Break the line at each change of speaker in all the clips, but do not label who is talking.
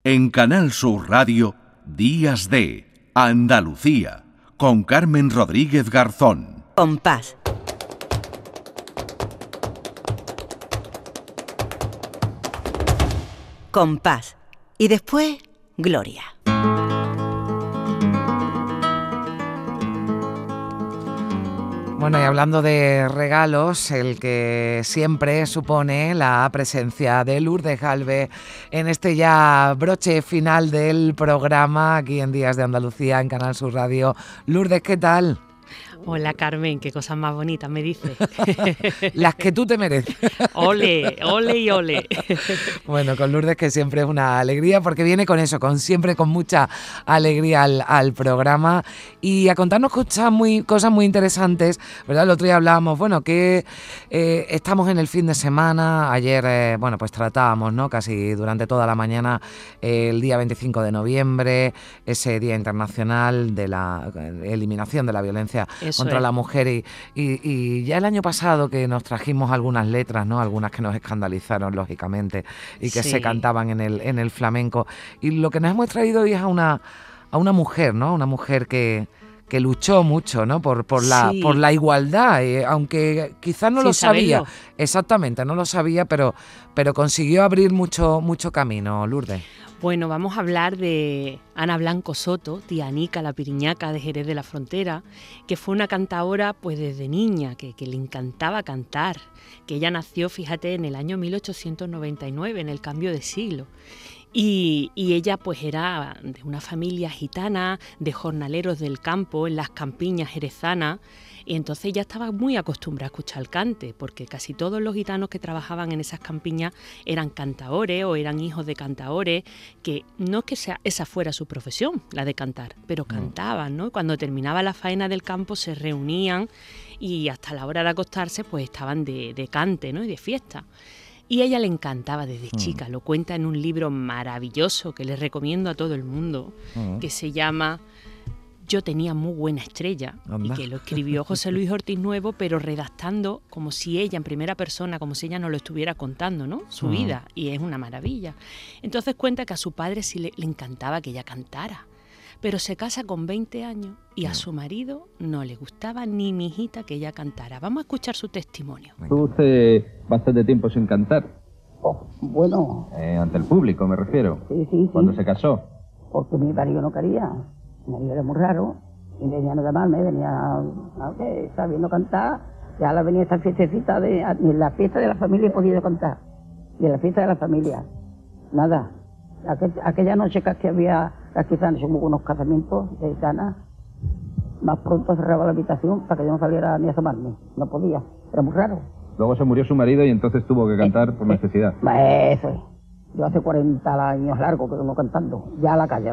En Canal Sur Radio, Días de Andalucía, con Carmen Rodríguez Garzón.
Compás. Compás. Y después, Gloria.
Bueno, y hablando de regalos, el que siempre supone la presencia de Lourdes Gálvez en este ya broche final del programa aquí en Días de Andalucía en Canal Sur Radio. Lourdes, ¿qué tal?
Hola Carmen, qué cosas más bonitas me dices.
Las que tú te mereces.
Ole, ole y ole.
Bueno, con Lourdes, que siempre es una alegría, porque viene con eso, siempre con mucha alegría al programa y a contarnos cosas muy interesantes, ¿verdad? El otro día hablábamos, bueno, que estamos en el fin de semana. Ayer, pues tratábamos, ¿no? Casi durante toda la mañana el día 25 de noviembre, ese Día Internacional de la Eliminación de la Violencia contra la mujer, y ya el año pasado que nos trajimos algunas letras, ¿no? Algunas que nos escandalizaron, lógicamente, y que se cantaban en el flamenco. Y lo que nos hemos traído hoy es a una mujer, ¿no? Una mujer que luchó mucho, ¿no? por la igualdad, aunque quizás no lo sabía. Exactamente, no lo sabía, pero consiguió abrir mucho camino, Lourdes.
Bueno, vamos a hablar de Ana Blanco Soto, tía Anica, la piriñaca de Jerez de la Frontera, que fue una cantaora pues desde niña, que le encantaba cantar, que ella nació, fíjate, en el año 1899, en el cambio de siglo. Y ella pues era de una familia gitana, de jornaleros del campo, en las campiñas jerezanas, y entonces ella estaba muy acostumbrada a escuchar el cante, porque casi todos los gitanos que trabajaban en esas campiñas eran cantaores o eran hijos de cantaores, que no es que esa fuera su profesión, la de cantar, pero cantaban, ¿no? Cuando terminaba la faena del campo se reunían y hasta la hora de acostarse pues estaban de cante, ¿no? Y de fiesta. Y a ella le encantaba desde chica, lo cuenta en un libro maravilloso que les recomiendo a todo el mundo, que se llama Yo tenía muy buena estrella, y que lo escribió José Luis Ortiz Nuevo, pero redactando como si ella, en primera persona, como si ella nos lo estuviera contando, ¿no? Su vida, y es una maravilla. Entonces cuenta que a su padre sí le encantaba que ella cantara, pero se casa con 20 años y a su marido no le gustaba ni mijita que ella cantara. Vamos a escuchar su testimonio.
Tú hace bastante tiempo sin cantar.
Bueno.
Ante el público, me refiero.
Sí.
¿Cuándo se casó?
Porque mi marido no quería. Mi marido era muy raro. Y venía a llamarme, venía sabiendo cantar. Y ahora venía esta fiestecita ni en la fiesta de la familia he podido cantar. Y en la fiesta de la familia. Nada. Aquella noche que había, quizás hubo unos casamientos de gitanas, más pronto cerraba la habitación para que yo no saliera ni a asomarme. No podía, era muy raro.
Luego se murió su marido y entonces tuvo que cantar por necesidad.
Eso es. Yo hace 40 años largo que vengo cantando, ya a la calle.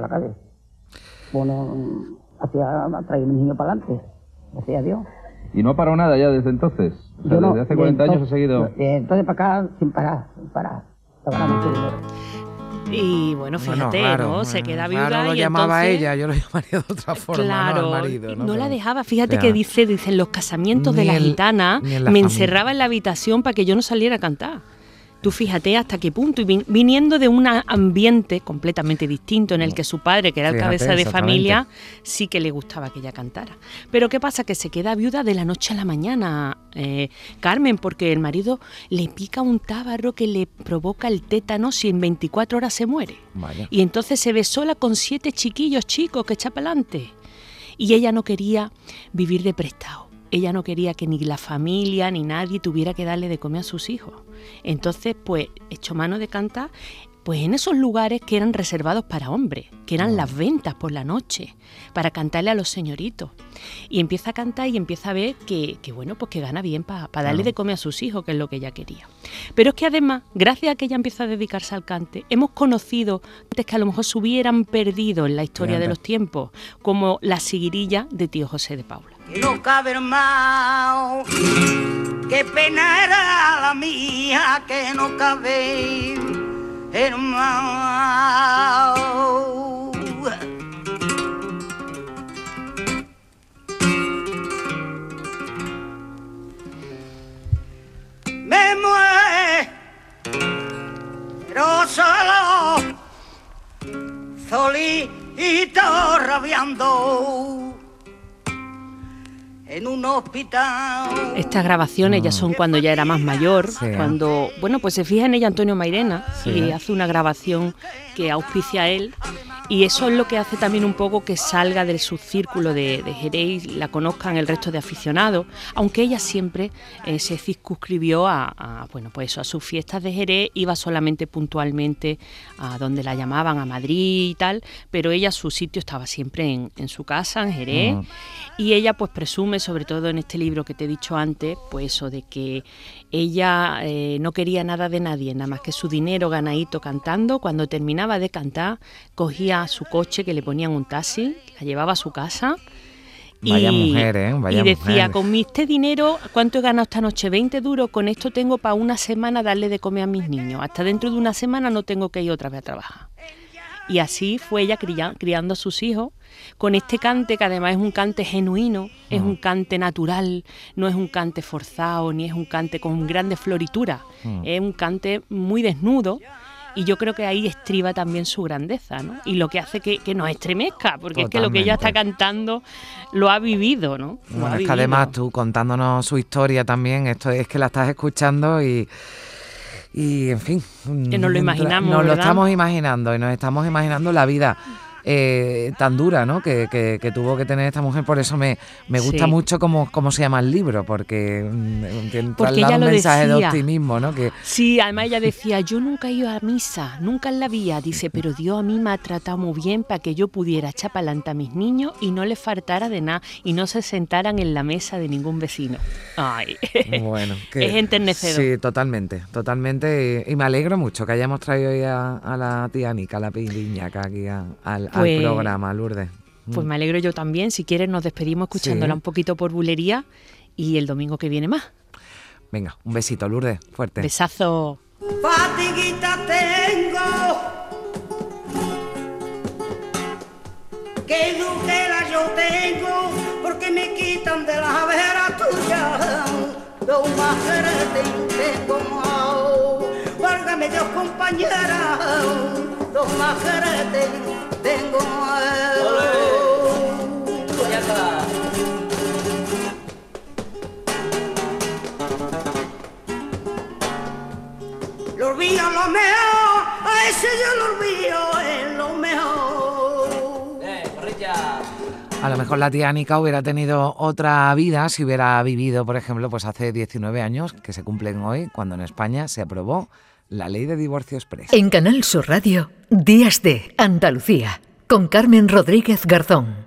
Bueno, traía a mi niño para adelante, gracias a Dios.
¿Y no ha parado nada ya desde entonces? O sea, desde hace 40 años ha seguido...
Entonces para acá, sin parar. Se gana mucho dinero.
Y bueno, fíjate, raro, ¿no? Se queda viuda
no lo
y
llamaba
entonces,
ella, yo lo llamaría de otra forma,
claro,
¿no? Al marido, ¿no?
No la dejaba, fíjate que dicen los casamientos de la gitana, me encerraba en la habitación para que yo no saliera a cantar. Tú fíjate hasta qué punto, y viniendo de un ambiente completamente distinto en el que su padre, que era el cabeza de familia, sí que le gustaba que ella cantara. Pero ¿qué pasa? Que se queda viuda de la noche a la mañana, Carmen, porque el marido le pica un tábaro que le provoca el tétano si en 24 horas se muere. Vaya. Y entonces se ve sola con 7 chiquillos chicos que echa para adelante. Y ella no quería vivir de prestado. Ella no quería que ni la familia ni nadie tuviera que darle de comer a sus hijos. Entonces, pues, echó mano de cantar pues en esos lugares que eran reservados para hombres, que eran las ventas por la noche, para cantarle a los señoritos. Y empieza a cantar y empieza a ver que bueno, pues que gana bien para darle de comer a sus hijos, que es lo que ella quería. Pero es que además, gracias a que ella empieza a dedicarse al cante, hemos conocido antes que a lo mejor se hubieran perdido en la historia de los tiempos, como la siguirilla de tío José de Paula.
Que no cabe, hermano, qué pena era la mía, que no cabe, hermano. Me muero solo solito rabiando en un hospital.
Estas grabaciones ya son cuando ya era más mayor,
Sí.
cuando, bueno, pues se fija en ella Antonio Mairena
Sí.
y hace una grabación que auspicia a él, y eso es lo que hace también un poco que salga del subcírculo de Jerez y la conozcan el resto de aficionados, aunque ella siempre se circunscribió bueno, pues eso, a sus fiestas de Jerez, iba solamente puntualmente a donde la llamaban, a Madrid y tal, pero ella su sitio estaba siempre en su casa, en Jerez. Y ella pues presume, sobre todo en este libro que te he dicho antes, pues eso de que ella no quería nada de nadie, nada más que su dinero ganadito cantando. Cuando terminaba de cantar, cogía su coche, que le ponían un taxi, la llevaba a su casa.
Vaya mujer, ¿eh? Vaya
y decía,
mujer.
con este dinero, ¿cuánto he ganado esta noche? 20 duros, con esto tengo para una semana darle de comer a mis niños. Hasta dentro de una semana no tengo que ir otra vez a trabajar. Y así fue ella criando a sus hijos, con este cante que además es un cante genuino, es un cante natural, no es un cante forzado, ni es un cante con grandes florituras, es un cante muy desnudo, y yo creo que ahí estriba también su grandeza, ¿no? Y lo que hace que nos estremezca, porque es que lo que ella está cantando lo ha vivido, ¿no?
Bueno, es que además tú contándonos su historia también, esto es que la estás escuchando y en fin,
que nos lo imaginamos,
nos lo
¿verdad?
estamos imaginando y nos estamos imaginando la vida tan dura, ¿no? que tuvo que tener esta mujer. Por eso me gusta
Sí.
mucho cómo se llama el libro, porque traslada
ella
un
lo
mensaje de
decía.
optimismo, ¿no? Que
Sí, además ella decía, yo nunca he ido a misa, nunca en la vida, dice, pero Dios a mí me ha tratado muy bien para que yo pudiera echar para adelante a mis niños y no les faltara de nada y no se sentaran en la mesa de ningún vecino. Ay,
bueno,
es enternecedor.
Sí, totalmente. Y me alegro mucho que hayamos traído hoy a la tía Anica, la piriñaca, aquí al programa, Lourdes.
Pues me alegro yo también. Si quieres nos despedimos escuchándola
Sí.
un poquito por bulería y el domingo que viene más.
Venga, un besito, Lourdes, fuerte.
Besazo.
Fatiguita tengo, que duquera yo tengo, porque me quitan de la vera tuya. Dos majeres tengo más, válgame Dios compañera, dos majeres tengo más. Lo olvido lo mejor, a ese yo lo olvido, es lo mejor.
A lo mejor la tía Anica hubiera tenido otra vida si hubiera vivido, por ejemplo, pues hace 19 años, que se cumplen hoy, cuando en España se aprobó la ley de divorcio exprés.
En Canal Sur Radio, Días de Andalucía, con Carmen Rodríguez Garzón.